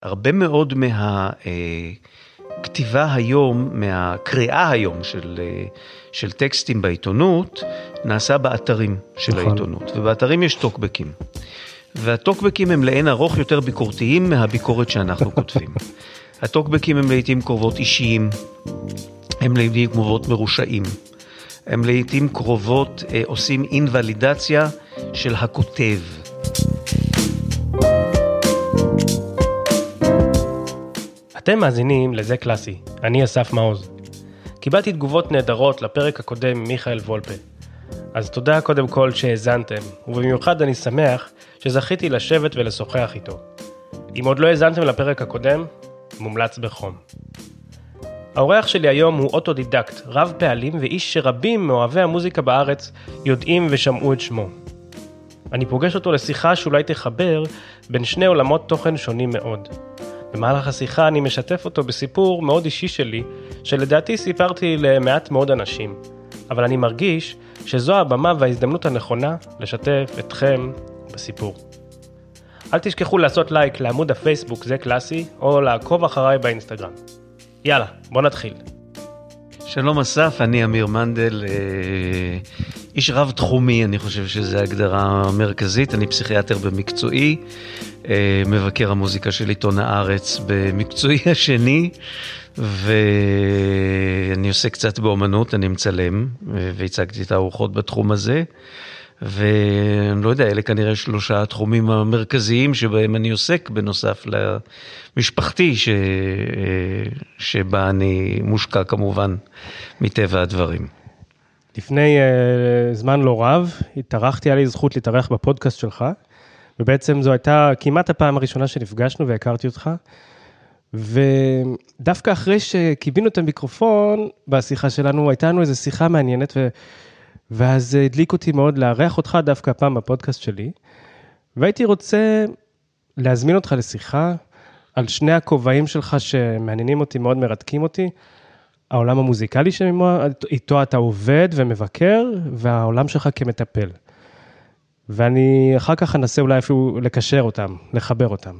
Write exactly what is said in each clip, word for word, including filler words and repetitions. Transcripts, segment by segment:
הרבה מאוד מהכתיבה היום, מהקריאה היום של, של טקסטים בעיתונות, נעשה באתרים של נכון. העיתונות, ובאתרים יש טוקבקים. והטוקבקים הם לאין ארוך יותר ביקורתיים מהביקורת שאנחנו כותבים. הטוקבקים הם לעתים קרובות אישיים, הם לעתים קרובות מרושעים, הם לעתים קרובות אה, עושים אינוולידציה של הכותב. אתם מאזינים לזה קלאסי, אני אסף מעוז. קיבלתי תגובות נהדרות לפרק הקודם מיכאל וולפה. אז תודה קודם כל שהזנתם, ובמיוחד אני שמח שזכיתי לשבת ולשוחח איתו. אם עוד לא הזנתם לפרק הקודם, מומלץ בחום. האורח שלי היום הוא אוטודידקט, רב פעלים ואיש שרבים מאוהבי המוזיקה בארץ יודעים ושמעו את שמו. אני פוגש אותו לשיחה שאולי תחבר בין שני עולמות תוכן שונים מאוד. במהלך השיחה אני משתף אותו בסיפור מאוד אישי שלי, שלדעתי סיפרתי למעט מאוד אנשים, אבל אני מרגיש שזו הבמה וההזדמנות הנכונה לשתף אתכם בסיפור. אל תשכחו לעשות לייק לעמוד הפייסבוק זה קלאסי, או לעקוב אחריי באינסטגרם. יאללה, בוא נתחיל. שלום אסף, אני אמיר מנדל, איש רב תחומי, אני חושב שזו הגדרה מרכזית, אני פסיכיאטר במקצועי, מבקר המוזיקה של עיתון הארץ במקצועי השני, ואני עושה קצת באומנות, אני מצלם, והצגתי את הארוחות בתחום הזה, ואני לא יודע, אלה כנראה שלושה התחומים המרכזיים שבהם אני עוסק, בנוסף למשפחתי ש... שבה אני מושקע כמובן מטבע הדברים. לפני uh, זמן לא רב, התארחתי, היה לי זכות להתארח בפודקאסט שלך, ובעצם זו הייתה כמעט הפעם הראשונה שנפגשנו והכרתי אותך, ודווקא אחרי שקיבינו את המיקרופון בשיחה שלנו, הייתה לנו איזו שיחה מעניינת ו... ואז הדליק אותי מאוד לארח אותך דווקא הפעם בפודקאסט שלי, והייתי רוצה להזמין אותך לשיחה על שני הכובעים שלך שמעניינים אותי, מאוד מרתקים אותי, העולם המוזיקלי שאיתו אתה עובד ומבקר, והעולם שלך כמטפל. ואני אחר כך אנסה אולי אפילו לקשר אותם, לחבר אותם.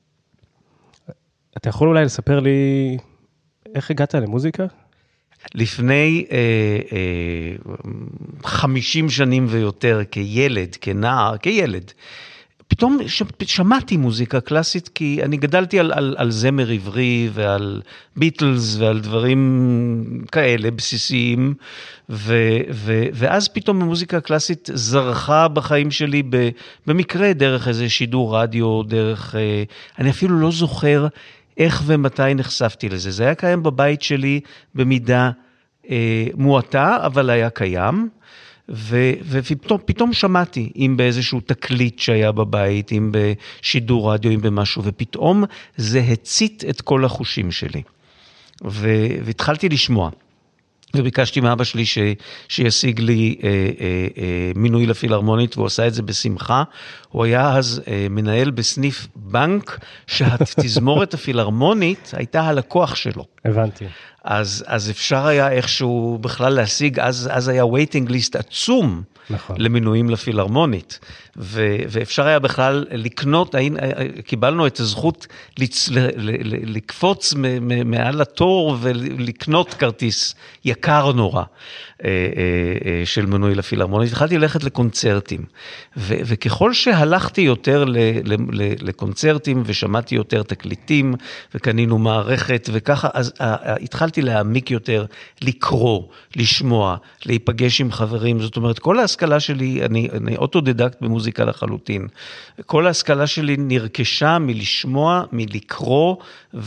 אתה יכול אולי לספר לי איך הגעת למוזיקה? לפני אה, אה, חמישים שנים ויותר כילד, כנער, כילד, פתאום שמעתי מוזיקה קלאסית, כי אני גדלתי על, על, על זמר עברי ועל ביטלס ועל דברים כאלה בסיסיים, ו, ו, ואז פתאום המוזיקה הקלאסית זרחה בחיים שלי במקרה דרך איזה שידור רדיו, דרך, אני אפילו לא זוכר איך ומתי נחשפתי לזה. זה היה קיים בבית שלי במידה אה, מועטה, אבל היה קיים, ו, ופתאום פתאום שמעתי, אם באיזשהו תקליט שהיה בבית, אם בשידור רדיו, אם במשהו, ופתאום זה הצית את כל החושים שלי. ו, והתחלתי לשמוע. וביקשתי מאבא שלי ש, שישיג לי אה, אה, אה, מינוי לפילהרמונית, והוא עשה את זה בשמחה. הוא היה אז אה, מנהל בסניף בנק, שהתזמורת הפילהרמונית הייתה הלקוח שלו. הבנתי. אז, אז אפשר היה איכשהו בכלל להשיג, אז, אז היה waiting list עצום, נכון. למינויים לפילהרמונית, ו, ואפשר היה בכלל לקנות, קיבלנו את הזכות לצ, ל, ל, לקפוץ מ, מ, מעל התור ולקנות כרטיס יקר נורא של מינוי לפילהרמונית. התחלתי ללכת לקונצרטים, ו, וככל שהלכתי יותר ל, ל, ל, לקונצרטים ושמעתי יותר תקליטים וקנינו מערכת וככה, אז התחלתי להעמיק יותר, לקרוא, לשמוע, להיפגש עם חברים. זאת אומרת, כל ההשכלה שלי, אני, אני אוטודידקט במוזיקה לחלוטין. כל ההשכלה שלי נרכשה מלשמוע, מלקרוא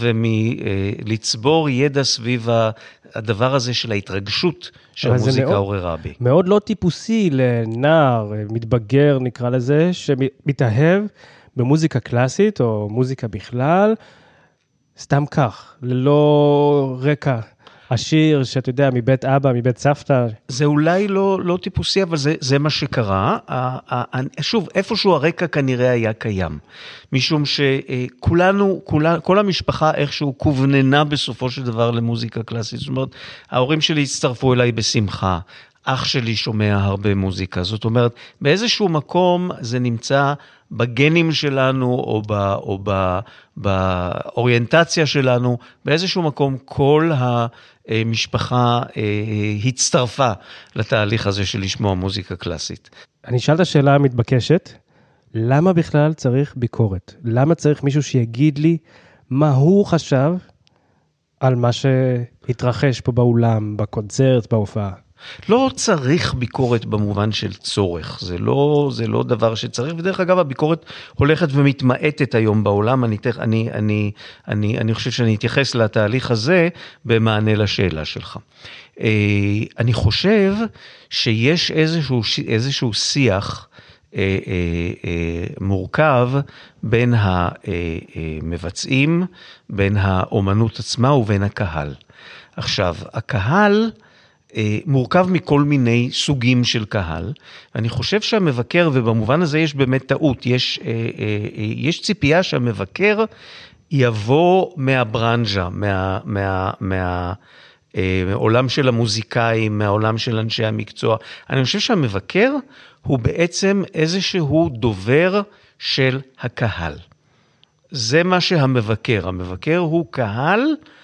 ומלצבור ידע סביב הדבר הזה של ההתרגשות שהמוזיקה עוררה בי. מאוד לא טיפוסי לנער, מתבגר נקרא לזה, שמתאהב במוזיקה קלאסית או מוזיקה בכלל, סתם כך, ללא רקע עשיר, שאתה יודע, מבית אבא, מבית סבתא. זה אולי לא, לא טיפוסי, אבל זה, זה מה שקרה. שוב, איפשהו הרקע כנראה היה קיים. משום שכולנו, כולה, כל המשפחה איכשהו כווננה בסופו של דבר למוזיקה קלאסית. זאת אומרת, ההורים שלי הצטרפו אליי בשמחה. אח שלי שומע הרבה מוזיקה, זאת אומרת, באיזשהו מקום זה נמצא בגנים שלנו, או, ב, או ב, באוריינטציה שלנו, באיזשהו מקום כל המשפחה הצטרפה לתהליך הזה של לשמוע מוזיקה קלאסית. אני אשאל את השאלה המתבקשת, למה בכלל צריך ביקורת? למה צריך מישהו שיגיד לי מה הוא חשב על מה שהתרחש פה באולם, בקונצרט, בהופעה? לא צריך ביקורת במובן של צורך, זה לא, זה לא דבר שצריך, ודרך אגב הביקורת הולכת ומתמעטת היום בעולם, אני, אני, אני, אני, אני חושב שאני אתייחס לתהליך הזה במענה לשאלה שלך. אני חושב שיש איזשהו, איזשהו שיח מורכב בין המבצעים, בין האומנות עצמה ובין הקהל. עכשיו, הקהל מורכב מכל מיני סוגים של קהל, ואני חושב שהמבקר, ובמובן הזה יש באמת טעות, יש, יש ציפייה שהמבקר יבוא מהברנז'ה, מה, מה, מה, מהעולם של המוזיקאים, מהעולם של אנשי המקצוע. אני חושב שהמבקר הוא בעצם איזשהו דובר של הקהל. זה מה שהמבקר, המבקר הוא קהל,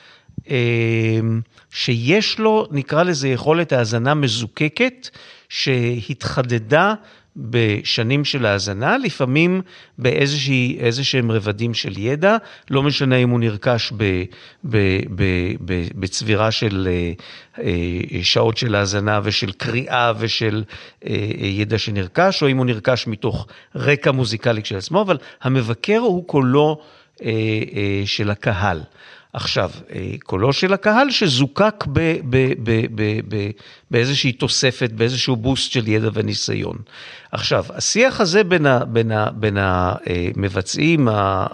שיש לו, נקרא לזה, יכולת האזנה מזוקקת, שהתחדדה בשנים של האזנה, לפעמים באיזשהם רבדים של ידע, לא משנה אם הוא נרכש ב, ב, ב, ב, בצבירה של שעות של האזנה ושל קריאה ושל ידע שנרכש, או אם הוא נרכש מתוך רקע מוזיקלי של עצמו, אבל המבקר הוא קולו של הקהל. עכשיו, קולו של הקהל שזוקק ב, ב, ב, ב, ב, באיזושהי תוספת, באיזשהו בוסט של ידע וניסיון. עכשיו, השיח הזה בין, ה, בין, ה, בין המבצעים,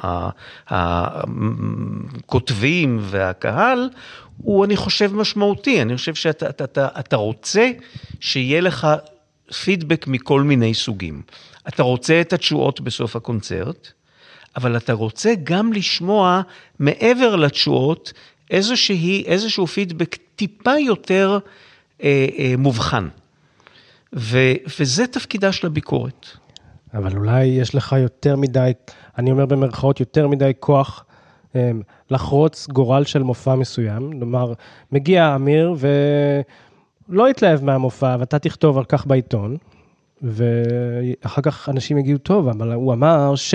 הכותבים והקהל, הוא, אני חושב, משמעותי. אני חושב שאתה אתה, אתה, אתה רוצה שיהיה לך פידבק מכל מיני סוגים. אתה רוצה את התשואות בסוף הקונצרט, אבל אתה רוצה גם לשמוע מעבר לתשואות איזשהו, איזשהו פידבק טיפה יותר אה, אה, מובחן. ו, וזה תפקידה של הביקורת. אבל אולי יש לך יותר מדי, אני אומר במרכאות, יותר מדי כוח אה, לחרוץ גורל של מופע מסוים. כלומר, מגיע אמיר ולא יתלהב מהמופע, ואתה תכתוב על כך בעיתון, ואחר כך אנשים יגידו, טוב, אבל הוא אמר ש...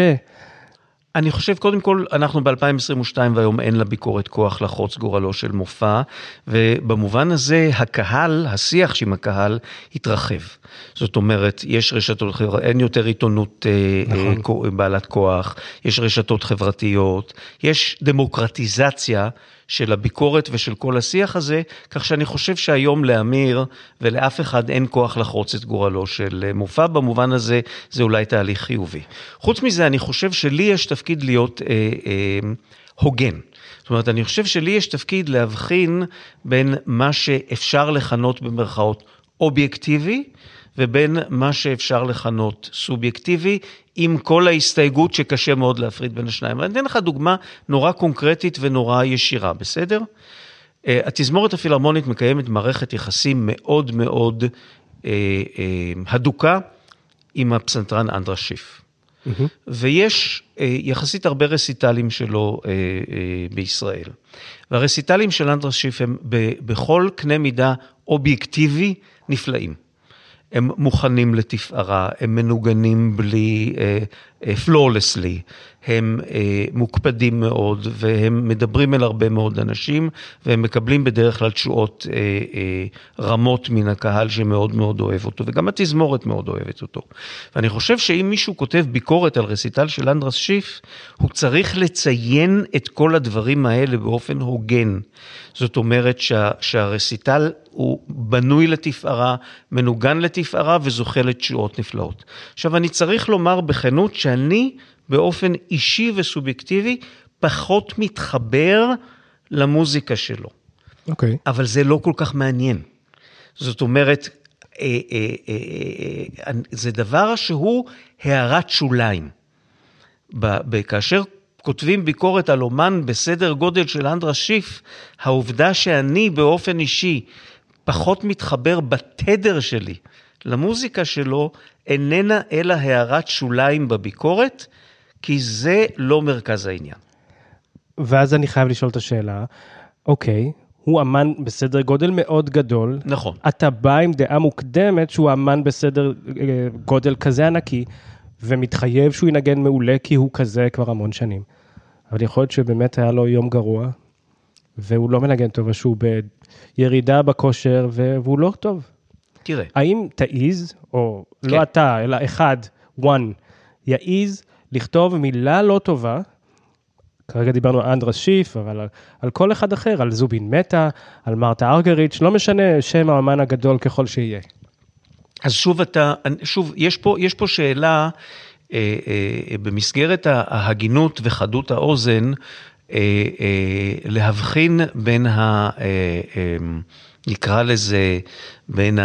אני חושב, קודם כל, אנחנו ב-אלפיים עשרים ושתיים והיום אין לביקורת כוח לחרוץ גורלו של מופע, ובמובן הזה הקהל, השיח עם הקהל, התרחב. זאת אומרת, יש רשתות, אין יותר עיתונות נכון. בעלת כוח, יש רשתות חברתיות, יש דמוקרטיזציה של הביקורת ושל כל השיח הזה, כך שאני חושב שהיום לאמיר ולאף אחד אין כוח לחרוץ את גורלו של מופע, במובן הזה זה אולי תהליך חיובי. חוץ מזה, אני חושב שלי יש תפקיד להיות אה, אה, הוגן. זאת אומרת, אני חושב שלי יש תפקיד להבחין בין מה שאפשר לכנות במרכאות אובייקטיבי, ובין מה שאפשר לכנות סובייקטיבי, עם כל ההסתייגות שקשה מאוד להפריד בין השניים. אני אתן לך דוגמה נורא קונקרטית ונורא ישירה, בסדר? התזמורת הפילהרמונית מקיימת מערכת יחסים מאוד מאוד אה, אה, הדוקה עם הפסנתרן אנדרס שיף. Mm-hmm. ויש אה, יחסית הרבה רסיטלים שלו אה, אה, בישראל. והרסיטלים של אנדרס שיף הם ב, בכל קנה מידה אובייקטיבי נפלאים. הם מוכנים לתפארה, הם מנוגנים בלי, uh, uh, flawlessly, הם uh, מוקפדים מאוד, והם מדברים אל הרבה מאוד אנשים, והם מקבלים בדרך כלל תשואות uh, uh, רמות מן הקהל שמאוד מאוד אוהב אותו, וגם התזמורת מאוד אוהבת אותו. ואני חושב שאם מישהו כותב ביקורת על רסיטל של אנדרס שיף, הוא צריך לציין את כל הדברים האלה באופן הוגן. זאת אומרת שה, שהרסיטל הוא בנוי לתפארה, מנוגן לתפארה וזוכה לתשואות נפלאות. עכשיו אני צריך לומר בכנות שאני באופן אישי וסובייקטיבי פחות מתחבר למוזיקה שלו. אוקיי. Okay. אבל זה לא כל כך מעניין. זאת אומרת, אה, אה, אה, אה, זה דבר שהוא הערת שוליים. כאשר כותבים ביקורת על אומן בסדר גודל של אנדרס שיף, העובדה שאני באופן אישי פחות מתחבר בתדר שלי למוזיקה שלו, איננה אלא הערת שוליים בביקורת, כי זה לא מרכז העניין. ואז אני חייב לשאול את השאלה, אוקיי, הוא אמן בסדר גודל מאוד גדול. נכון. אתה בא עם דעה מוקדמת שהוא אמן בסדר גודל כזה ענקי, ומתחייב שהוא ינגן מעולה כי הוא כזה כבר המון שנים. אבל יכול להיות שבאמת היה לו יום גרוע, והוא לא מנגן טוב, שהוא בירידה בכושר, והוא לא טוב. תראה. האם תעיז, או כן. לא אתה, אלא אחד, one, יעיז לכתוב מילה לא טובה, כרגע דיברנו על אנדרס שיף, אבל על, על כל אחד אחר, על זובין מטה, על מרתה ארגריץ', לא משנה שם האמן הגדול ככל שיהיה. אז שוב אתה, שוב, יש פה, יש פה שאלה, אה, אה, במסגרת ההגינות וחדות האוזן, אה, אה, להבחין בין ה, אה, אה, נקרא לזה, בין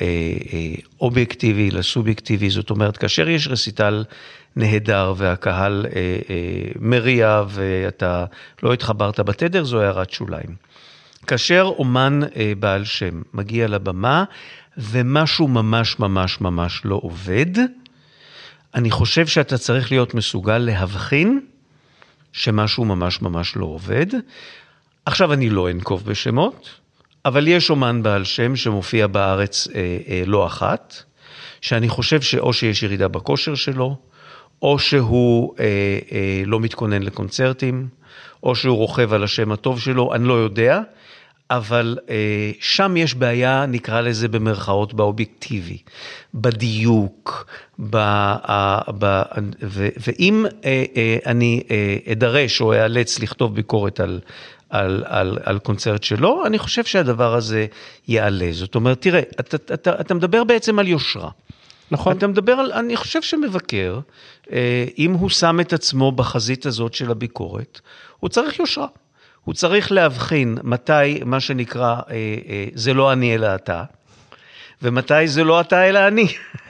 האובייקטיבי לסובייקטיבי, זאת אומרת, כאשר יש רסיטל נהדר והקהל אה, אה, מריע ואתה לא התחברת בתדר, זו הערת שוליים. כאשר אומן אה, בעל שם מגיע לבמה ומשהו ממש ממש ממש לא עובד, אני חושב שאתה צריך להיות מסוגל להבחין שמשהו ממש ממש לא עובד. עכשיו אני לא אנקוב בשמות, אבל יש אומן בעל שם שמופיע בארץ אה, אה, לא אחת, שאני חושב שאו שיש ירידה בכושר שלו, או שהוא אה, אה, לא מתכונן לקונצרטים, או שהוא רוכב על השם הטוב שלו, אני לא יודע, אבל אה, שם יש בעיה, נקרא לזה במרכאות, באובייקטיבי, בדיוק, ב, אה, ב, ו, ואם אה, אה, אני אה, אדרש או אאלץ לכתוב ביקורת על, על, על, על קונצרט שלו, אני חושב שהדבר הזה יעלה. זאת אומרת, תראה, אתה, אתה, אתה מדבר בעצם על יושרה. נכון. אתה מדבר על, אני חושב שמבקר, אם הוא שם את עצמו בחזית הזאת של הביקורת, הוא צריך יושרה. הוא צריך להבחין מתי מה שנקרא, זה לא אני אלא אתה, ומתי זה לא אתה אלא אני.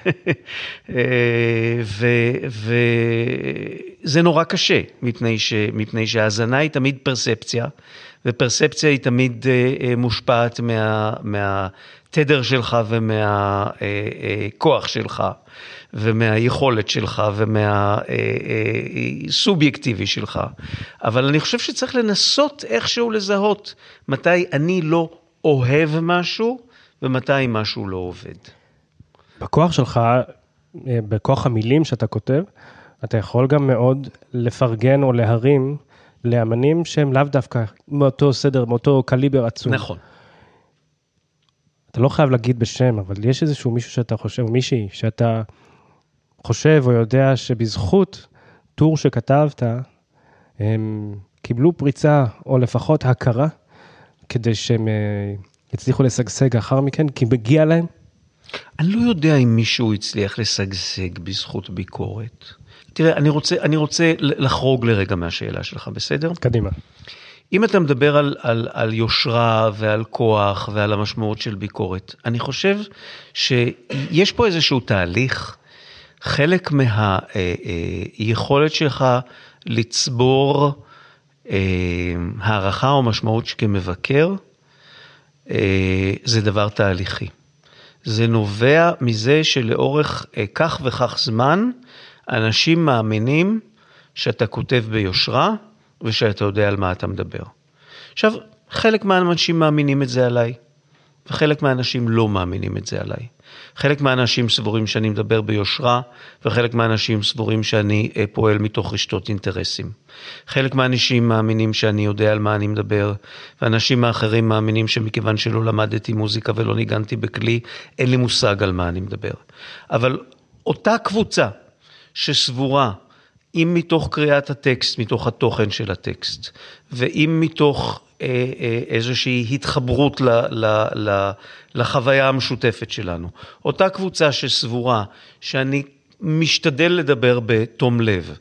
וזה נורא קשה, מפני ש, מפני שההזנה היא תמיד פרספציה, ופרספציה היא תמיד מושפעת מה, מהתדר שלך ומהכוח שלך, ומהיכולת שלך ומהסובייקטיבי שלך. אבל אני חושב שצריך לנסות איכשהו לזהות מתי אני לא אוהב משהו, ומתי משהו לא עובד. בכוח שלך, בכוח המילים שאתה כותב, אתה יכול גם מאוד לפרגן או להרים לאמנים שהם לאו דווקא מאותו סדר, מאותו קליבר עצום. נכון. אתה לא חייב להגיד בשם, אבל יש איזשהו מישהו שאתה חושב, או מישהי שאתה חושב או יודע שבזכות טור שכתבת, הם קיבלו פריצה או לפחות הכרה, כדי שהם הצליחו לשגשג אחר מכן, כי מגיע להם? אני לא יודע אם מישהו הצליח לשגשג בזכות ביקורת. תראה, אני רוצה, אני רוצה לחרוג לרגע מהשאלה שלך, בסדר? קדימה. אם אתה מדבר על, על, על יושרה ועל כוח ועל המשמעות של ביקורת, אני חושב שיש פה איזשהו תהליך, חלק מהיכולת שלך לצבור הערכה או משמעות שכמבקר, זה דבר תהליכי. זה נובע מזה שלאורך כך וכך זמן, אנשים מאמינים שאתה כותב ביושרה, ושאתה יודע על מה אתה מדבר. עכשיו, חלק מהאנשים מאמינים את זה עליי, וחלק מהאנשים לא מאמינים את זה עליי. חלק מהאנשים סבורים שאני מדבר ביושרה, וחלק מהאנשים סבורים שאני פועל מתוך רשתות אינטרסים. חלק מהאנשים מאמינים שאני יודע על מה אני מדבר, ואנשים האחרים מאמינים שמכיוון שלא למדתי מוזיקה ולא ניגנתי בכלי, אין לי מושג על מה אני מדבר. אבל אותה קבוצה שסבורה, אם מתוך קריאת הטקסט, מתוך התוכן של הטקסט, ואם מתוך אה, אה, איזושהי התחברות ל, ל, ל, לחוויה המשותפת שלנו, אותה קבוצה שסבורה שאני משתדל לדבר בתום לב,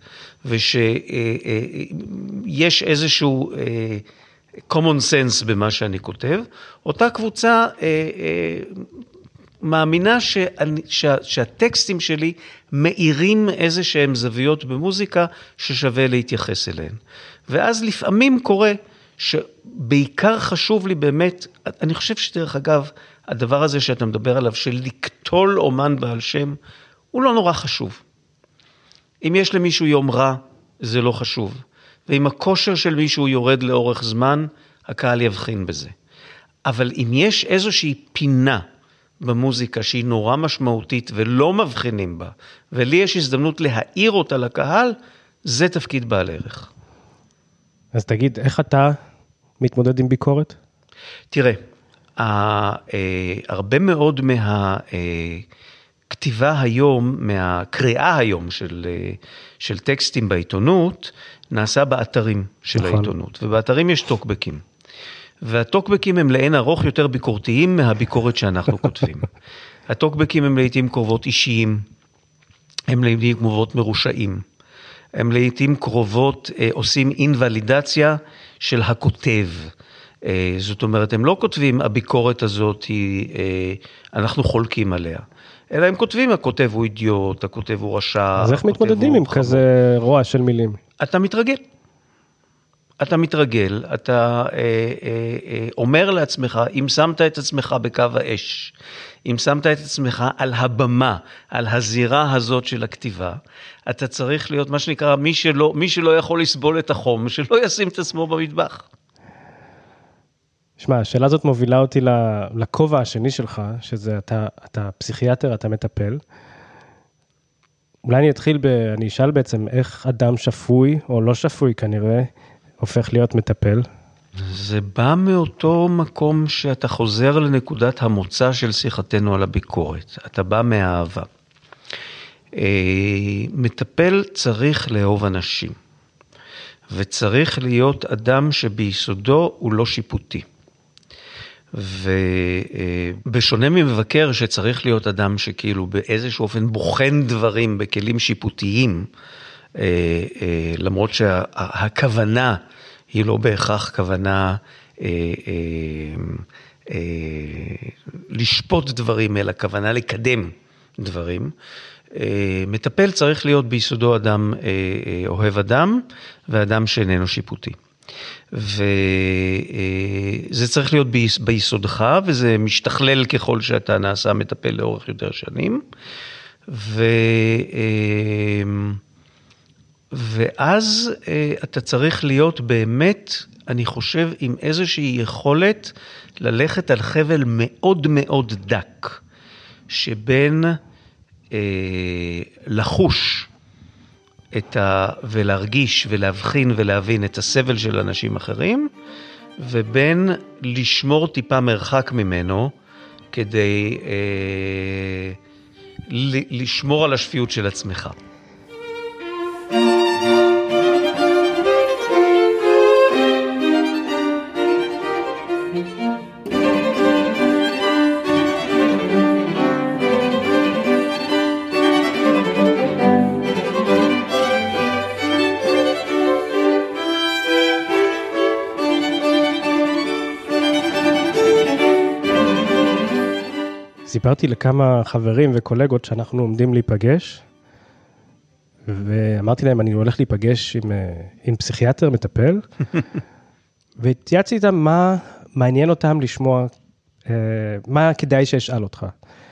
ושיש איזשהו אה, common sense במה שאני כותב, אותה קבוצה אה, אה, מאמינה שאני, שה, שהטקסטים שלי מאירים איזה שהם זוויות במוזיקה ששווה להתייחס אליהן. ואז לפעמים קורה שבעיקר חשוב לי באמת, אני חושב שדרך אגב, הדבר הזה שאתה מדבר עליו, של לקטול אומן בעל שם, הוא לא נורא חשוב. אם יש למישהו יום רע, זה לא חשוב. ואם הכושר של מישהו יורד לאורך זמן, הקהל יבחין בזה. אבל אם יש איזושהי פינה במוזיקה שהיא נורא משמעותית ולא מבחינים בה, ולי יש הזדמנות להעיר אותה לקהל, זה תפקיד בעל ערך. אז תגיד, איך אתה מתמודד עם ביקורת? תראה, הרבה מאוד מהכתיבה היום, מהקריאה היום של, של טקסטים בעיתונות, נעשה באתרים של נכון. העיתונות, ובאתרים יש טוקבקים. והטוקבקים הם לאין ארוך יותר ביקורתיים מהביקורת שאנחנו כותבים. הטוקבקים הם לעתים קרובות אישיים, הם לעתים קרובות מרושעים, הם לעתים קרובות אה, עושים אינוולידציה של הכותב. אה, זאת אומרת, הם לא כותבים, הביקורת הזאת היא, אה, אנחנו חולקים עליה. אלא הם כותבים, הכותב הוא אידיוט, הכותב הוא רשע. אז איך מתמודדים עם כזה רוע של מילים? אתה מתרגל. אתה מתרגל, אתה אה, אה, אה, אומר לעצמך, אם שמת את עצמך בקו האש, אם שמת את עצמך על הבמה, על הזירה הזאת של הכתיבה, אתה צריך להיות מה שנקרא, מי שלא, מי שלא יכול לסבול את החום, שלא ישים את עצמו במטבח. שמע, השאלה הזאת מובילה אותי לכובע השני שלך, שזה אתה, אתה פסיכיאטר, אתה מטפל. אולי אני אתחיל, ב, אני אשאל בעצם איך אדם שפוי, או לא שפוי כנראה, הופך להיות מטפל? זה בא מאותו מקום שאתה חוזר לנקודת המוצא של שיחתנו על הביקורת. אתה בא מהאהבה. מטפל צריך לאהוב אנשים. וצריך להיות אדם שביסודו הוא לא שיפוטי. ובשונה ממבקר שצריך להיות אדם שכאילו באיזשהו אופן בוחן דברים בכלים שיפוטיים, למרות שהכוונה היא לא בהכרח כוונה לשפוט דברים, אלא כוונה לקדם דברים. מטפל צריך להיות ביסודו אדם אוהב אדם, ואדם שאיננו שיפוטי. וזה צריך להיות ביסודך, וזה משתכלל ככל שאתה נעשה מטפל לאורך יותר שנים. ו... ואז אתה צריך להיות באמת, אני חושב, עם איזושהי יכולת ללכת על חבל מאוד מאוד דק, שבין אה, לחוש את ה... ולהרגיש ולהבחין ולהבין את הסבל של אנשים אחרים, ובין לשמור טיפה מרחק ממנו, כדי אה, לשמור על השפיות של עצמך. סיפרתי לכמה חברים וקולגות שאנחנו עומדים להיפגש, ואמרתי להם, אני הולך להיפגש עם, עם פסיכיאטר מטפל, והתייעצתי איתם מה מעניין אותם לשמוע, מה כדאי שאשאל אותך.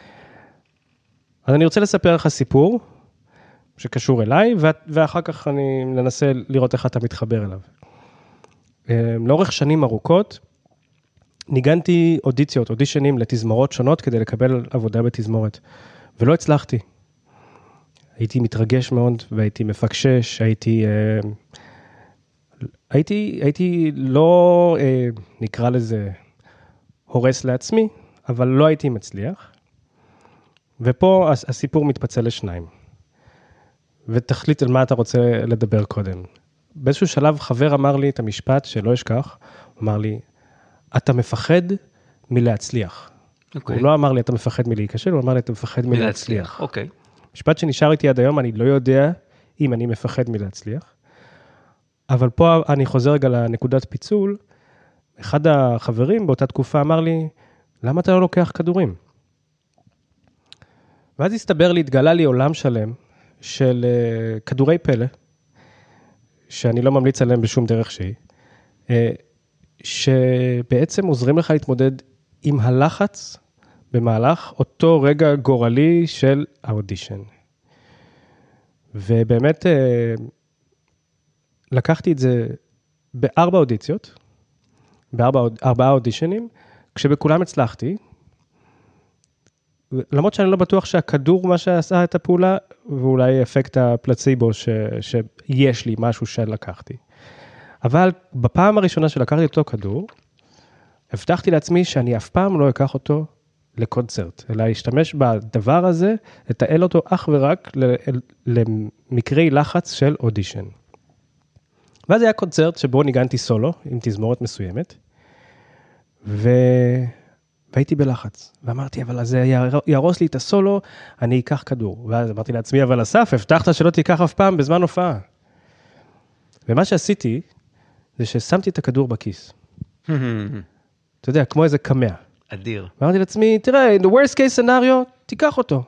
אז אני רוצה לספר לך סיפור שקשור אליי, ואחר כך אני ננסה לראות איך אתה מתחבר אליו. לאורך שנים ארוכות, ניגנתי אודיציות, אודישנים לתזמורות שונות כדי לקבל עבודה בתזמורת, ולא הצלחתי. הייתי מתרגש מאוד, והייתי מפקשש, הייתי, אה, הייתי, הייתי לא, אה, נקרא לזה, הורס לעצמי, אבל לא הייתי מצליח. ופה הסיפור מתפצל לשניים. ותחליט על מה אתה רוצה לדבר קודם. באיזשהו שלב חבר אמר לי את המשפט שלא אשכח, הוא אמר לי, אתה מפחד מלהצליח. Okay. הוא לא אמר לי, אתה מפחד מלהיכשל, הוא אמר לי, אתה מפחד מלהצליח. אוקיי. Okay. משפט שנשאר איתי עד היום, אני לא יודע אם אני מפחד מלהצליח, אבל פה אני חוזר רגע לנקודת פיצול, אחד החברים באותה תקופה אמר לי, למה אתה לא לוקח כדורים? ואז הסתבר לי, התגלה לי עולם שלם של uh, כדורי פלא, שאני לא ממליץ עליהם בשום דרך שהיא, uh, שבעצם עוזרים לך להתמודד עם הלחץ במהלך אותו רגע גורלי של האודישן. ובאמת לקחתי את זה בארבע אודיציות, בארבע ארבעה אודישנים, כשבכולם הצלחתי, למרות שאני לא בטוח שהכדור מה שעשה את הפעולה, ואולי אפקט הפלציבו ש, שיש לי משהו שלקחתי. אבל בפעם הראשונה שלקחתי אותו כדור, הבטחתי לעצמי שאני אף פעם לא אקח אותו לקונצרט, אלא אשתמש בדבר הזה, לתעל אותו אך ורק למקרי לחץ של אודישן. ואז היה קונצרט שבו ניגנתי סולו, עם תזמורת מסוימת, ו... והייתי בלחץ, ואמרתי, אבל זה ירוס לי את הסולו, אני אקח כדור. ואז אמרתי לעצמי, אבל אסף, הבטחת שלא תיקח אף פעם בזמן הופעה. ומה שעשיתי, זה ששמתי את הכדור בכיס. אתה יודע, כמו איזה קמע. אדיר. ואמרתי לעצמי, תראה, in the worst case scenario, תיקח אותו.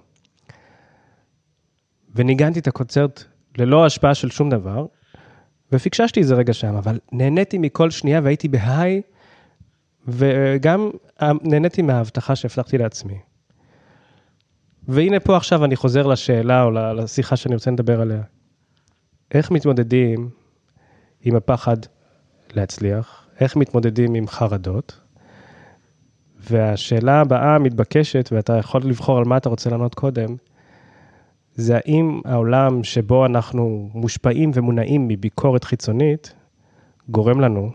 וניגנתי את הקונצרט ללא השפעה של שום דבר, ופיקששתי איזה רגע שם, אבל נהניתי מכל שנייה, והייתי בהיי, וגם נהניתי מההבטחה שהבטחתי לעצמי. והנה פה עכשיו אני חוזר לשאלה, או לשיחה שאני רוצה לדבר עליה. איך מתמודדים עם הפחד להצליח? איך מתמודדים עם חרדות? והשאלה הבאה מתבקשת, ואתה יכול לבחור על מה אתה רוצה לענות קודם, זה האם העולם שבו אנחנו מושפעים ומונעים מביקורת חיצונית, גורם לנו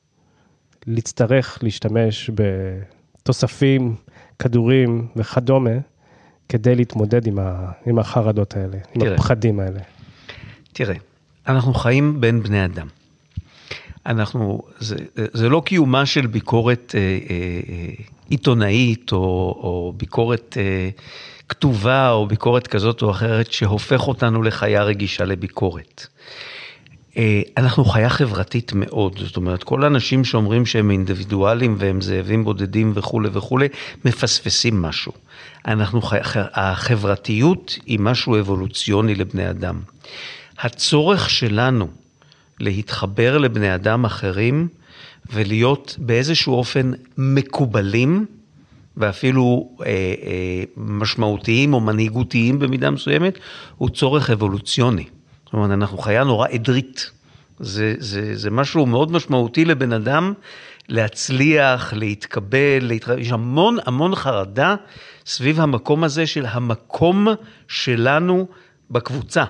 להצטרך להשתמש בתוספים, כדורים וכדומה, כדי להתמודד עם, ה, עם החרדות האלה, תראה, עם הפחדים האלה. תראה, אנחנו חיים בין בני אדם. אנחנו, זה, זה לא קיומה של ביקורת אה, אה, עיתונאית, או, או ביקורת אה, כתובה, או ביקורת כזאת או אחרת, שהופך אותנו לחיה רגישה לביקורת. אה, אנחנו חיה חברתית מאוד, זאת אומרת, כל האנשים שאומרים שהם אינדיבידואלים, והם זאבים בודדים וכו' וכו', מפספסים משהו. אנחנו חי... החברתיות היא משהו אבולוציוני לבני אדם. הצורך שלנו להתחבר לבני אדם אחרים, ולהיות באיזשהו אופן מקובלים, ואפילו אה, אה, משמעותיים או מנהיגותיים במידה מסוימת, הוא צורך אבולוציוני. זאת אומרת, אנחנו חיה נורא עדרית. זה, זה, זה משהו מאוד משמעותי לבן אדם, להצליח, להתקבל, להתחבר. יש המון המון חרדה סביב המקום הזה של המקום שלנו בקבוצה.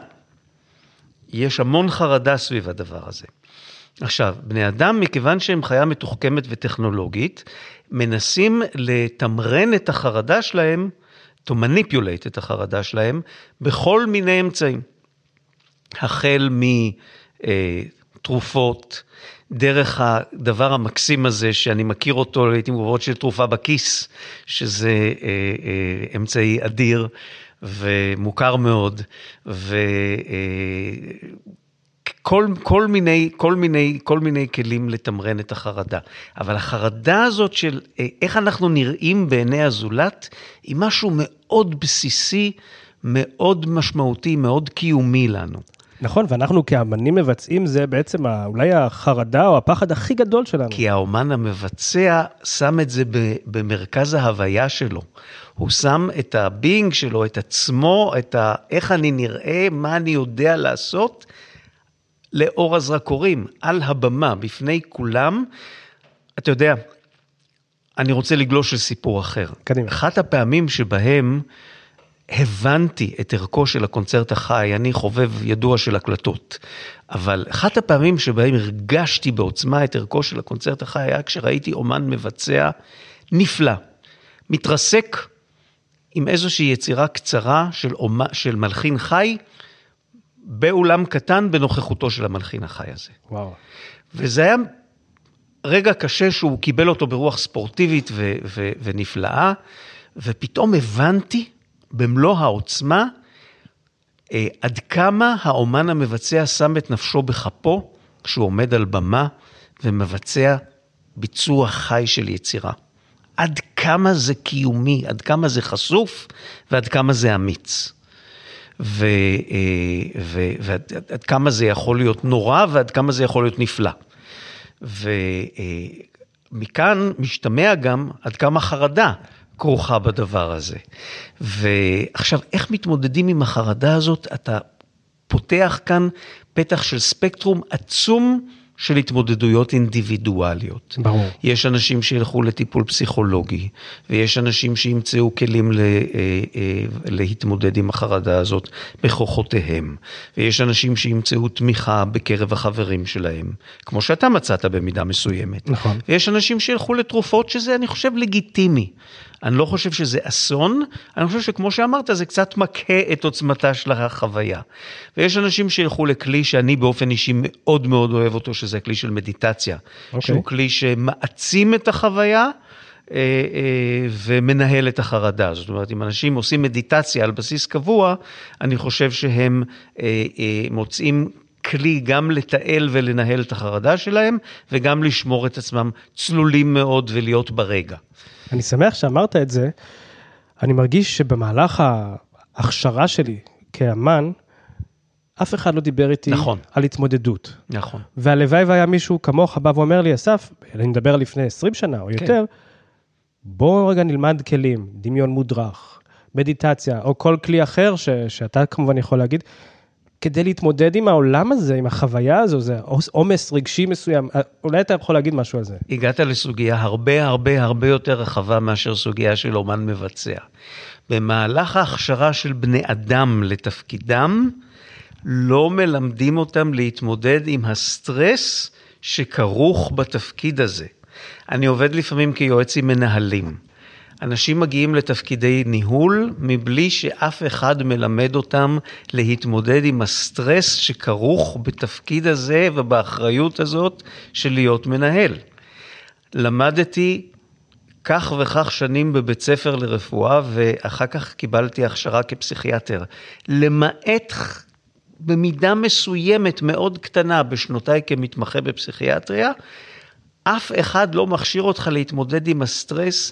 יש המון חרדה סביב הדבר הזה. עכשיו, בני אדם, מכיוון שהם חיה מתוחכמת וטכנולוגית, מנסים לתמרן את החרדה שלהם, to manipulate את החרדה שלהם, בכל מיני אמצעים. החל מתרופות, דרך הדבר המקסים הזה, שאני מכיר אותו לעתים קרובות של תרופה בכיס, שזה אה, אה, אמצעי אדיר, ומוכר מאוד, וכל כל מיני, כל מיני, כל מיני כלים לתמרן את החרדה. אבל החרדה הזאת של איך אנחנו נראים בעיני הזולת, היא משהו מאוד בסיסי, מאוד משמעותי, מאוד קיומי לנו. נכון, ואנחנו כאמנים מבצעים, זה בעצם אולי החרדה או הפחד הכי גדול שלנו. כי האומן המבצע שם את זה במרכז ההוויה שלו. הוא שם את הביינג שלו, את עצמו, את ה, איך אני נראה, מה אני יודע לעשות, לאור הזרקורים, על הבמה, בפני כולם. אתה יודע, אני רוצה לגלוש לסיפור אחר. קדימה. אחת הפעמים שבהם הבנתי את ערכו של הקונצרט החי, אני חובב ידוע של הקלטות, אבל אחת הפעמים שבהם הרגשתי בעוצמה את ערכו של הקונצרט החי, היה כשראיתי אומן מבצע נפלא, מתרסק עם איזושהי יצירה קצרה של, אומה, של מלחין חי, באולם קטן בנוכחותו של המלחין החי הזה. וואו. וזה היה רגע קשה שהוא קיבל אותו ברוח ספורטיבית ו- ו- ונפלאה, ופתאום הבנתי במלוא העוצמה, אה, עד כמה האומן המבצע שם את נפשו בחפו, כשהוא עומד על במה ומבצע ביצוע חי של יצירה. עד כמה זה קיומי, עד כמה זה חשוף, ועד כמה זה אמיץ. ו, אה, ו, ועד עד כמה זה יכול להיות נורא, ועד כמה זה יכול להיות נפלא. ומכאן משתמע גם עד כמה חרדה כרוכה בדבר הזה. ועכשיו, איך מתמודדים עם החרדה הזאת? אתה פותח כאן פתח של ספקטרום עצום של התמודדויות אינדיבידואליות. ברור. יש אנשים שילכו לטיפול פסיכולוגי, ויש אנשים שימצאו כלים לה, להתמודד עם החרדה הזאת בכוחותיהם, ויש אנשים שימצאו תמיכה בקרב החברים שלהם, כמו שאתה מצאת במידה מסוימת. נכון. ויש אנשים שילכו לתרופות שזה, אני חושב, לגיטימי. אני לא חושב שזה אסון, אני חושב שכמו שאמרת, זה קצת מכה את עוצמתה של החוויה. ויש אנשים שילכו לכלי שאני באופן אישי מאוד מאוד אוהב אותו, שזה כלי של מדיטציה, okay. שהוא כלי שמעצים את החוויה, ומנהל את החרדה. זאת אומרת, אם אנשים עושים מדיטציה על בסיס קבוע, אני חושב שהם מוצאים כלי גם לתעל ולנהל את החרדה שלהם, וגם לשמור את עצמם צלולים מאוד ולהיות ברגע. אני שמח שאמרת את זה. אני מרגיש שבמהלך ההכשרה שלי כאמן, אף אחד לא דיבר איתי נכון. על התמודדות. נכון. והלוואי והיה מישהו כמוך בא ואומר לי, אסף, אני מדבר לפני עשרים שנה או יותר, כן. בוא רגע נלמד כלים, דמיון מודרך, מדיטציה, או כל כלי אחר ש, שאתה כמובן יכול להגיד, כדי להתמודד עם העולם הזה, עם החוויה הזו, זה עומס רגשי מסוים, אולי אתה יכול להגיד משהו על זה. הגעת לסוגיה הרבה הרבה הרבה יותר רחבה מאשר סוגיה של אומן מבצע. במהלך ההכשרה של בני אדם לתפקידם, לא מלמדים אותם להתמודד עם הסטרס שכרוך בתפקיד הזה. אני עובד לפעמים כיועץ עם מנהלים. אנשים מגיעים לתפקידי ניהול מבלי שאף אחד מלמד אותם להתמודד עם הסטרס שכרוך בתפקיד הזה ובאחריות הזאת של להיות מנהל. למדתי כך וכך שנים בבית ספר לרפואה ואחר כך קיבלתי הכשרה כפסיכיאטר. למעט במידה מסוימת מאוד קטנה בשנותיי כמתמחה בפסיכיאטריה, אף אחד לא מכשיר אותך להתמודד עם הסטרס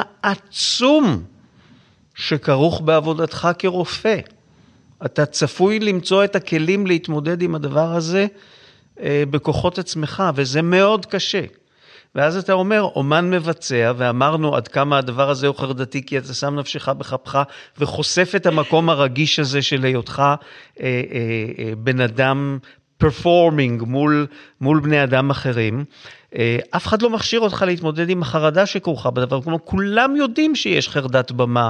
העצום שכרוך בעבודתך כרופא. אתה צפוי למצוא את הכלים להתמודד עם הדבר הזה אה, בכוחות עצמך, וזה מאוד קשה. ואז אתה אומר, אומן מבצע, ואמרנו עד כמה הדבר הזה הוא חרדתי, כי אתה שם נפשך בחפך, וחושף את המקום הרגיש הזה של היותך אה, אה, אה, בן אדם פרפורמינג מול, מול בני אדם אחרים. אף אחד לא מכשיר אותך להתמודד עם החרדה שכרוכה בדבר, כלומר, כולם יודעים שיש חרדת במה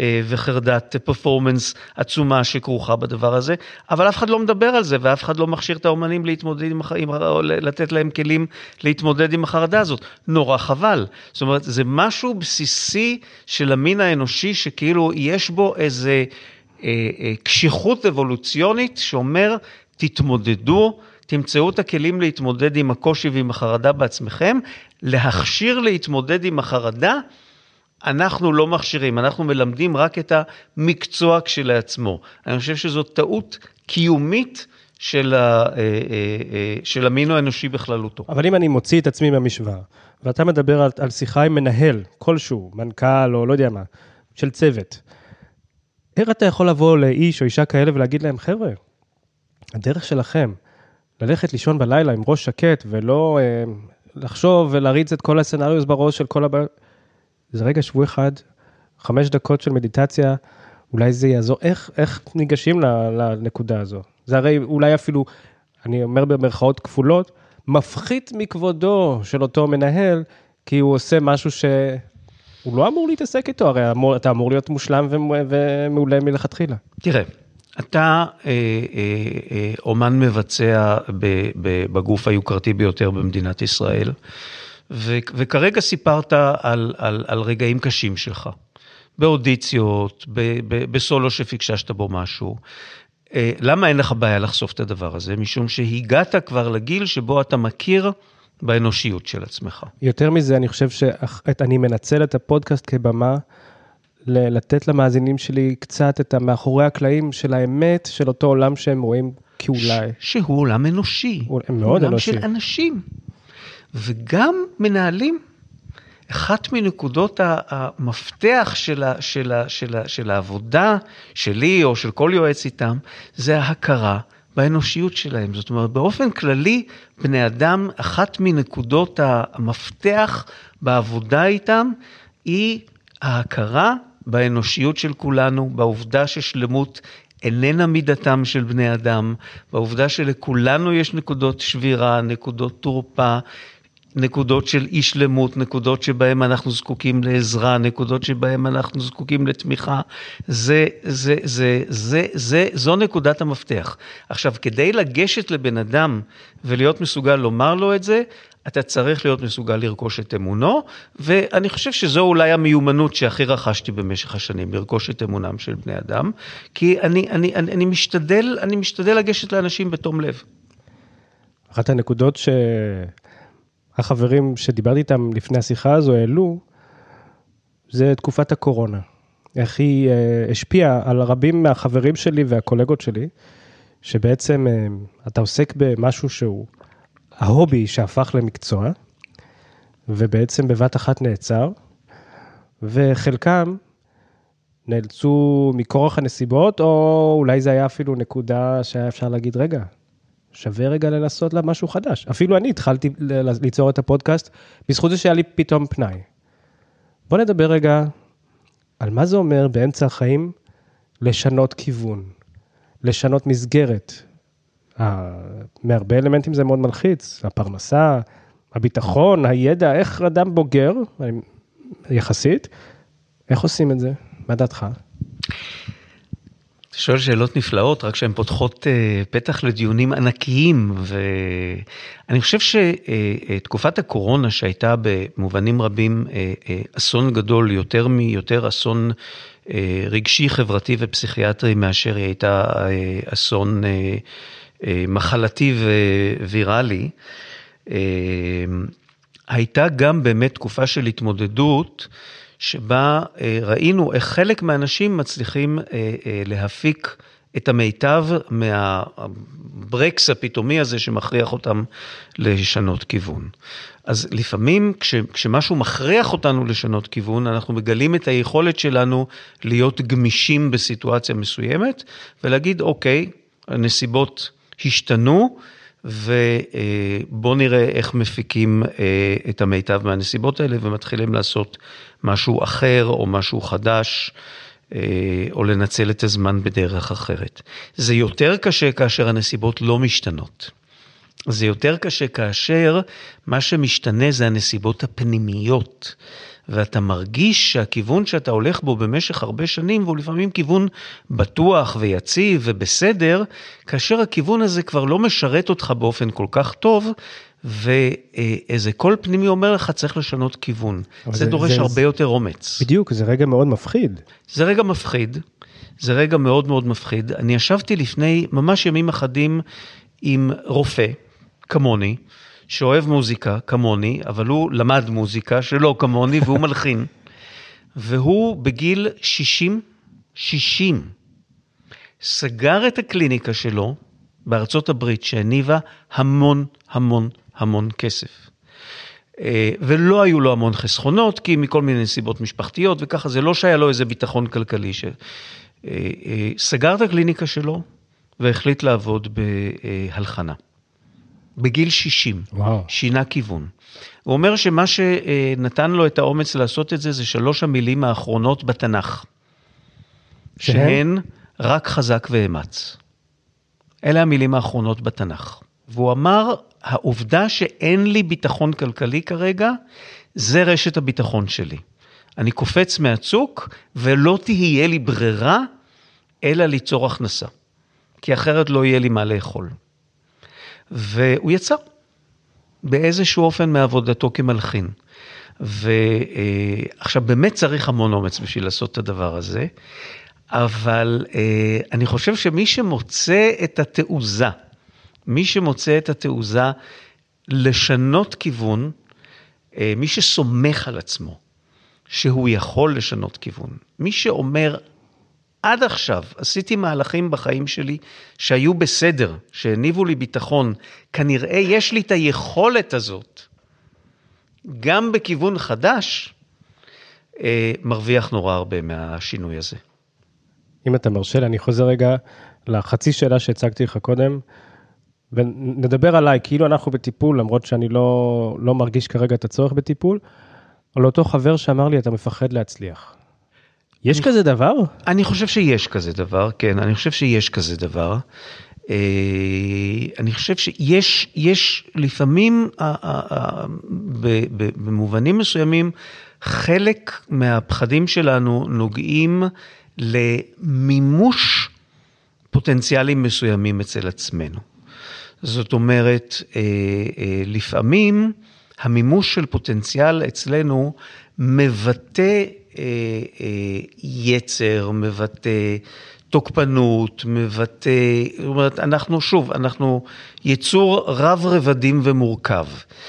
וחרדת פרפורמנס עצומה שכרוכה בדבר הזה, אבל אף אחד לא מדבר על זה, ואף אחד לא מכשיר את האומנים להתמודד עם, עם, או לתת להם כלים להתמודד עם החרדה הזאת. נורא חבל. זאת אומרת, זה משהו בסיסי של המין האנושי, שכאילו יש בו איזה אה, אה, קשיחות אבולוציונית שאומר, תתמודדו, תמצאו את הכלים להתמודד עם הקושי ועם החרדה בעצמכם, להכשיר להתמודד עם החרדה, אנחנו לא מכשירים, אנחנו מלמדים רק את המקצוע כשלעצמו. אני חושב שזו טעות קיומית של, ה, של המין האנושי בכללותו. אבל אם אני מוציא את עצמי מהמשוואה, ואתה מדבר על, על שיחה עם מנהל, כלשהו, מנכ"ל או לא יודע מה, של צוות, איך אתה יכול לבוא לאיש או אישה כאלה ולהגיד להם, חבר'ה, הדרך שלכם, ללכת לישון בלילה עם ראש שקט, ולא אה, לחשוב ולהריץ את כל הסצנריוס בראש של כל הבעיות. זה רגע שבוע אחד, חמש דקות של מדיטציה, אולי זה יעזור. איך, איך ניגשים לנקודה הזו? זה הרי אולי אפילו, אני אומר במרכאות כפולות, מפחית מכבודו של אותו מנהל, כי הוא עושה משהו שהוא לא אמור להתעסק איתו, הרי אמור, אתה אמור להיות מושלם ומעולה מלכתחילה. תראה. אתה אה, אה, אה, אומן מבצע ב, ב, בגוף היוקרתי ביותר במדינת ישראל, ו, וכרגע סיפרת על, על, על רגעים קשים שלך, באודיציות, ב, ב, בסולו שפיקששת בו משהו. אה, למה אין לך בעיה לחשוף את הדבר הזה? משום שהגעת כבר לגיל שבו אתה מכיר באנושיות של עצמך. יותר מזה, אני חושב שאני מנצל את הפודקאסט כבמה, לתת למאזינים שלי קצת את המאחורי הקלעים של האמת, של אותו עולם שהם רואים כאולי. שהוא עולם אנושי. הוא מאוד אנושי. עולם של אנשים. וגם מנהלים, אחת מנקודות המפתח של, ה, של, ה, של, ה, של העבודה שלי או של כל יועץ איתם, זה ההכרה באנושיות שלהם. זאת אומרת, באופן כללי, בני אדם, אחת מנקודות המפתח בעבודה איתם, היא ההכרה באנושיות של כולנו, בעובדה ששלמות איננה מידתם של בני אדם, בעובדה שלכולנו יש נקודות שבירה, נקודות תורפה, נקודות של אי שלמות, נקודות שבהם אנחנו זקוקים לעזרה, נקודות שבהם אנחנו זקוקים לתמיכה, זה, זה, זה, זה, זה, זו נקודת המפתח. עכשיו, כדי לגשת לבן אדם ולהיות מסוגל לומר לו את זה, אתה צריך להיות מסוגל לרכוש את אמונו, ואני חושב שזו אולי המיומנות שהכי רכשתי במשך השנים, לרכוש את אמונם של בני אדם, כי אני, אני, אני, אני משתדל, אני משתדל לגשת לאנשים בתום לב. אחת הנקודות שהחברים שדיברתי איתם לפני השיחה הזו העלו, זה תקופת הקורונה. איך היא השפיעה על רבים מהחברים שלי והקולגות שלי, שבעצם אתה עוסק במשהו שהוא ההובי שהפך למקצוע, ובעצם בבת אחת נעצר, וחלקם נאלצו מכורח הנסיבות, או אולי זה היה אפילו נקודה שהיה אפשר להגיד, רגע, שווה רגע לנסות לה משהו חדש. אפילו אני התחלתי ליצור את הפודקאסט, בזכות זה שהיה לי פתאום פנאי. בוא נדבר רגע על מה זה אומר באמצע החיים לשנות כיוון, לשנות מסגרת. מהרבה אלמנטים זה מאוד מלחיץ, הפרנסה, הביטחון, הידע, איך אדם בוגר, יחסית, איך עושים את זה? מה דעתך? אתה שואל שאלות נפלאות, רק שהן פותחות פתח לדיונים ענקיים, ואני חושב שתקופת הקורונה שהייתה במובנים רבים אסון גדול, יותר מיותר אסון רגשי, חברתי ופסיכיאטרי, מאשר היא הייתה אסון מחלתי וויראלי, הייתה גם באמת תקופה של התמודדות, שבה ראינו איך חלק מהאנשים מצליחים להפיק את המיטב מהברקס הפתאומי הזה שמכריח אותם לשנות כיוון. אז לפעמים כש, כשמשהו מכריח אותנו לשנות כיוון, אנחנו מגלים את היכולת שלנו להיות גמישים בסיטואציה מסוימת, ולהגיד אוקיי, הנסיבות השתנו, ובוא נראה איך מפיקים את המיטב מהנסיבות האלה, ומתחילים לעשות משהו אחר או משהו חדש, או לנצל את הזמן בדרך אחרת. זה יותר קשה כאשר הנסיבות לא משתנות. זה יותר קשה כאשר מה שמשתנה זה הנסיבות הפנימיות, ואתה מרגיש שהכיוון שאתה הולך בו במשך הרבה שנים, והוא לפעמים כיוון בטוח ויציב ובסדר, כאשר הכיוון הזה כבר לא משרת אותך באופן כל כך טוב, ואיזה קול פנימי אומר לך צריך לשנות כיוון. זה, זה דורש זה, הרבה זה... יותר אומץ. בדיוק, זה רגע מאוד מפחיד. זה רגע מפחיד, זה רגע מאוד מאוד מפחיד. אני ישבתי לפני ממש ימים אחדים עם רופא, כמוני, שאוהב מוזיקה כמוני, אבל הוא למד מוזיקה שלא כמוני, והוא מלחין. והוא בגיל שישים, שישים, סגר את הקליניקה שלו בארצות הברית, שהניבה המון המון המון כסף. ולא היו לו המון חסכונות, כי מכל מיני נסיבות משפחתיות, וככה זה לא שהיה לו איזה ביטחון כלכלי. סגר את הקליניקה שלו, והחליט לעבוד בהלחנה. בגיל שישים, וואו. שינה כיוון. הוא אומר שמה שנתן לו את האומץ לעשות את זה, זה שלוש המילים האחרונות בתנ"ך. שהן רק חזק ואמץ. אלה המילים האחרונות בתנ"ך. והוא אמר, העובדה שאין לי ביטחון כלכלי כרגע, זה רשת הביטחון שלי. אני קופץ מהצוק, ולא תהיה לי ברירה, אלא ליצור הכנסה. כי אחרת לא יהיה לי מה לאכול. והוא יצא באיזשהו אופן מעבודתו כמלחין. ועכשיו באמת צריך המון אומץ בשביל לעשות את הדבר הזה, אבל אני חושב שמי שמוצא את התעוזה, מי שמוצא את התעוזה לשנות כיוון, מי שסומך על עצמו, שהוא יכול לשנות כיוון, מי שאומר, עד עכשיו עשיתי מהלכים בחיים שלי שהיו בסדר, שהניבו לי ביטחון, כנראה יש לי את היכולת הזאת, גם בכיוון חדש, מרוויח נורא הרבה מהשינוי הזה. אם אתה מרשה לי, אני חוזר רגע לחצי שאלה שהצגתי לך קודם, ונדבר עליי, כאילו אנחנו בטיפול, למרות שאני לא, לא מרגיש כרגע את הצורך בטיפול, או לאותו חבר שאמר לי, אתה מפחד להצליח. יש כזה דבר? אני חושב שיש כזה דבר, כן, אני חושב שיש כזה דבר. אני חושב שיש, יש לפעמים, במובנים מסוימים, חלק מהפחדים שלנו נוגעים למימוש פוטנציאלים מסוימים אצל עצמנו. זאת אומרת, לפעמים המימוש של פוטנציאל אצלנו מבטא יצר, מבטא תוקפנות, מבטא, זאת אומרת, אנחנו שוב, אנחנו יצור רב רבדים ומורכב,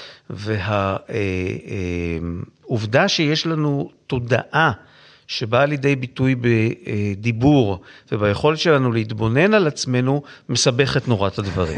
והעובדה שיש לנו תודעה שבאה לידי ביטוי בדיבור, וביכולת שלנו להתבונן על עצמנו, מסבכת נורת הדברים.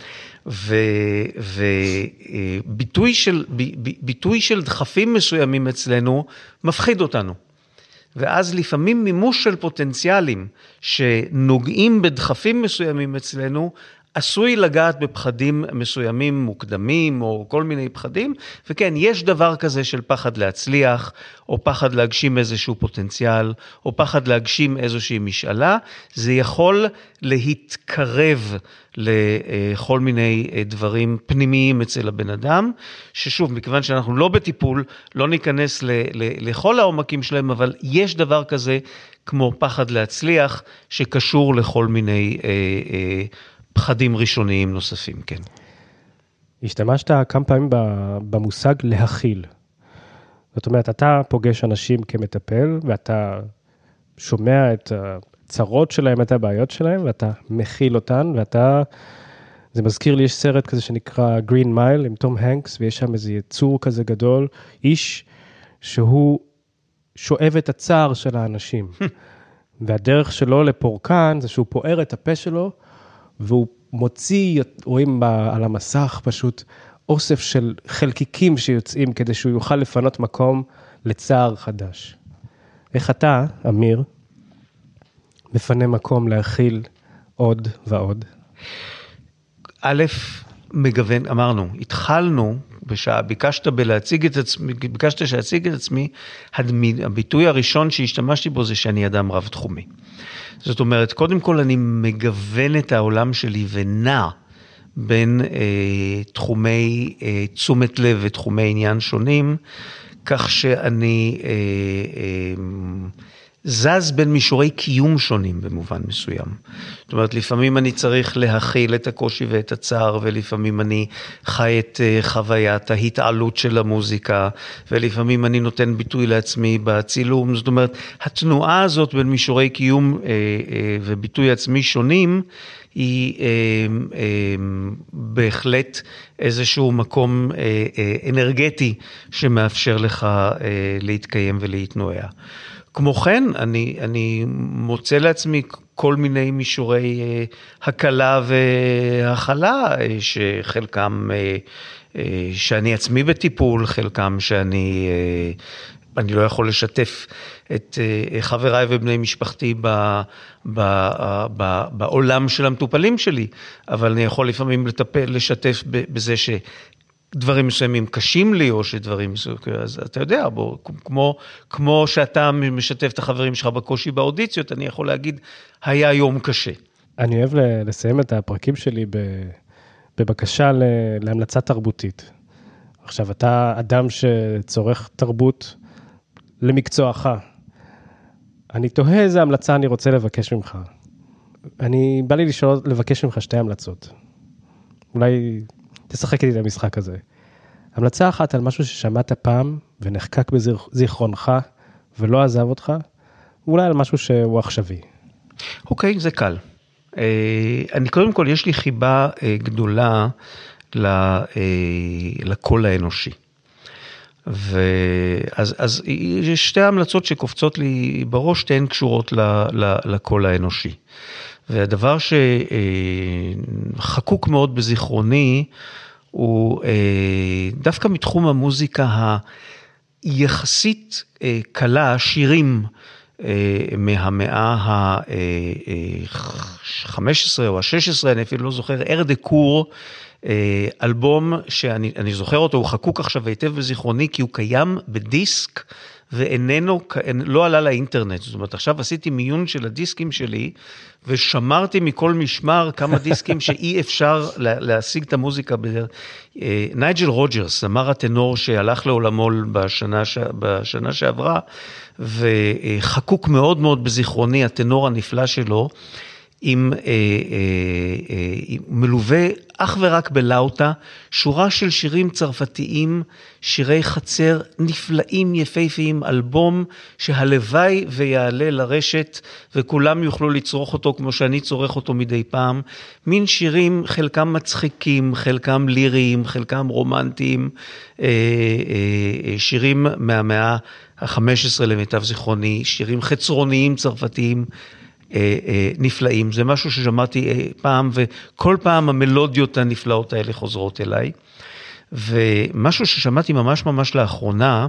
וביטוי של, ביטוי של דחפים מסוימים אצלנו, מפחיד אותנו. ואז לפעמים מימוש של פוטנציאלים שנוגעים בדחפים מסוימים אצלנו, עשוי לגעת בפחדים מסוימים מוקדמים או כל מיני פחדים, וכן, יש דבר כזה של פחד להצליח, או פחד להגשים איזשהו פוטנציאל, או פחד להגשים איזושהי משאלה, זה יכול להתקרב לכל מיני דברים פנימיים אצל הבן אדם, ששוב, מכיוון שאנחנו לא בטיפול, לא ניכנס ל- ל- לכל העומקים שלהם, אבל יש דבר כזה כמו פחד להצליח, שקשור לכל מיני אה, אה, פחדים ראשוניים נוספים, כן. השתמשת כמה פעמים במושג להכיל. זאת אומרת, אתה פוגש אנשים כמטפל, ואתה שומע את הצרות שלהם, את הבעיות שלהם, ואתה מכיל אותן, ואתה, זה מזכיר לי, יש סרט כזה שנקרא Green Mile, עם תום הנקס, ויש שם איזה יצור כזה גדול, איש שהוא שואב את הצער של האנשים. והדרך שלו לפורקן, זה שהוא פוער את הפה שלו, והוא מוציא, רואים על המסך פשוט, אוסף של חלקיקים שיוצאים, כדי שהוא יוכל לפנות מקום לצער חדש. איך אתה, אמיר, מפנה מקום להכיל עוד ועוד? א', מגוון, אמרנו, התחלנו, בשעה, ביקשת בלהציג את עצמי, ביקשת שאציג את עצמי, הביטוי הראשון שהשתמשתי בו זה שאני אדם רב תחומי. זאת אומרת, קודם כל אני מגוון את העולם שלי ונע בין אה, תחומי אה, תשומת לב ותחומי עניין שונים, כך שאני אה, אה, זז בין מישורי קיום שונים במובן מסוים. זאת אומרת, לפעמים אני צריך להכיל את הקושי ואת הצער, ולפעמים אני חי את אה, חוויית ההתעלות של המוזיקה, ולפעמים אני נותן ביטוי לעצמי בצילום. זאת אומרת, התנועה הזאת בין מישורי קיום אה, אה, וביטוי עצמי שונים, היא אה, אה, בהחלט איזשהו מקום אה, אה, אנרגטי שמאפשר לך אה, להתקיים ולהתנועע. כמו כן, אני, אני מוצא לעצמי כל מיני מישורי אה, הקלה והכלה, אה, שחלקם אה, אה, שאני עצמי בטיפול, חלקם שאני אה, אני לא יכול לשתף את אה, חבריי ובני משפחתי ב, ב, ב, ב, בעולם של המטופלים שלי, אבל אני יכול לפעמים לטפל, לשתף בזה ש... דברים מסוימים קשים לי, או שדברים מסוימים, אז אתה יודע, בוא, כמו, כמו שאתה משתף את החברים שלך בקושי באודיציות, אני יכול להגיד, היה יום קשה. אני אוהב לסיים את הפרקים שלי בבקשה להמלצה תרבותית. עכשיו, אתה אדם שצורך תרבות למקצועך. אני תוהה איזה המלצה אני רוצה לבקש ממך. אני, בא לי לשאול, לבקש ממך שתי המלצות. אולי... תשחק איתי את המשחק הזה. המלצה אחת על משהו ששמעת פעם ונחקק בזיכרונך ולא עזב אותך, ואולי על משהו שהוא עכשווי. אוקיי, זה קל. אני קודם כל, יש לי חיבה גדולה לקול האנושי. ואז, אז יש שתי המלצות שקופצות לי בראש, שתיהן קשורות לקול האנושי. והדבר שחקוק מאוד בזיכרוני, הוא דוווקא מתחום המוזיקה היחסית קלה, שירים מהמאה ה-חמש עשרה או ה-שש עשרה, אני אפילו לא זוכר, אר דה קור, אלבום שאני אני זוכר אותו, הוא חקוק עכשיו היטב בזיכרוני, כי הוא קיים בדיסק, ואיננו, לא עלה לאינטרנט. זאת אומרת, עכשיו עשיתי מיון של הדיסקים שלי, ושמרתי מכל משמר כמה דיסקים שאי אפשר להשיג את המוזיקה. נייג'ל רוג'רס, זמר הטנור שהלך לעולמו בשנה, בשנה שעברה, וחקוק מאוד מאוד בזיכרוני, הטנור הנפלא שלו, עם, אה, אה, אה, מלווה אך ורק בלאוטה, שורה של שירים צרפתיים, שירי חצר נפלאים יפהפיים, אלבום שהלוואי ויעלה לרשת, וכולם יוכלו לצרוך אותו כמו שאני צורך אותו מדי פעם, מין שירים חלקם מצחיקים, חלקם ליריים, חלקם רומנטיים, אה, אה, שירים מהמאה ה-חמש עשרה למיטב זיכרוני, שירים חצרוניים צרפתיים, נפלאים. זה משהו ששמעתי פעם, וכל פעם המלודיות הנפלאות האלה חוזרות אליי. ומשהו ששמעתי ממש ממש לאחרונה,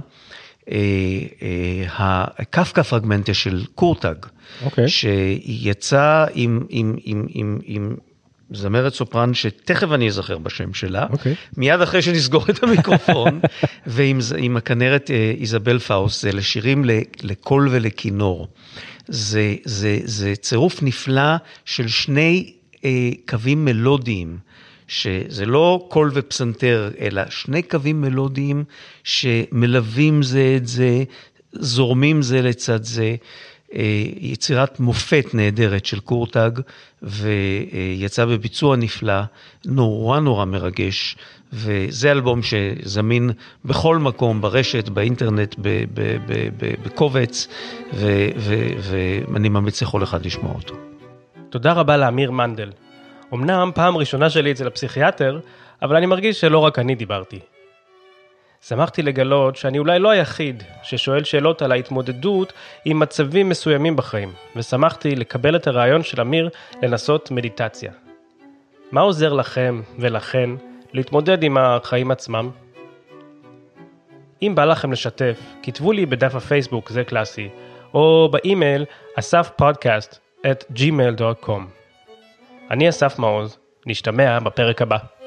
הקפקא פרגמנטה של קורטאג, okay. שיצא עם, עם, עם, עם, עם זמרת סופרן, שתכף אני אזכר בשם שלה, okay. מיד אחרי שנסגור את המיקרופון, ועם הכנרת איזבל פאוסט, זה לשירים לקול ולכינור. זה, זה, זה צירוף נפלא של שני אה, קווים מלודיים, שזה לא קול ופסנתר, אלא שני קווים מלודיים שמלווים זה את זה, זורמים זה לצד זה, אה, יצירת מופת נהדרת של קורטאג, ויצא בביצוע נפלא, נורא נורא מרגש, וזה אלבום שזמין בכל מקום, ברשת, באינטרנט, בקובץ, ואני ממליץ לכל אחד לשמוע אותו. תודה רבה לאמיר מנדל. אמנם פעם ראשונה שלי אצל הפסיכיאטר, אבל אני מרגיש שלא רק אני דיברתי. שמחתי לגלות שאני אולי לא היחיד ששואל שאלות על ההתמודדות עם מצבים מסוימים בחיים, ושמחתי לקבל את הרעיון של אמיר לנסות מדיטציה. מה עוזר לכם ולכן להתמודד עם החיים עצמם? אם בא לכם לשתף, כתבו לי בדף הפייסבוק, זה קלאסי, או באימייל אסף פודקאסט את ג'ימייל דוט קום. אני אסף מעוז, נשתמע בפרק הבא.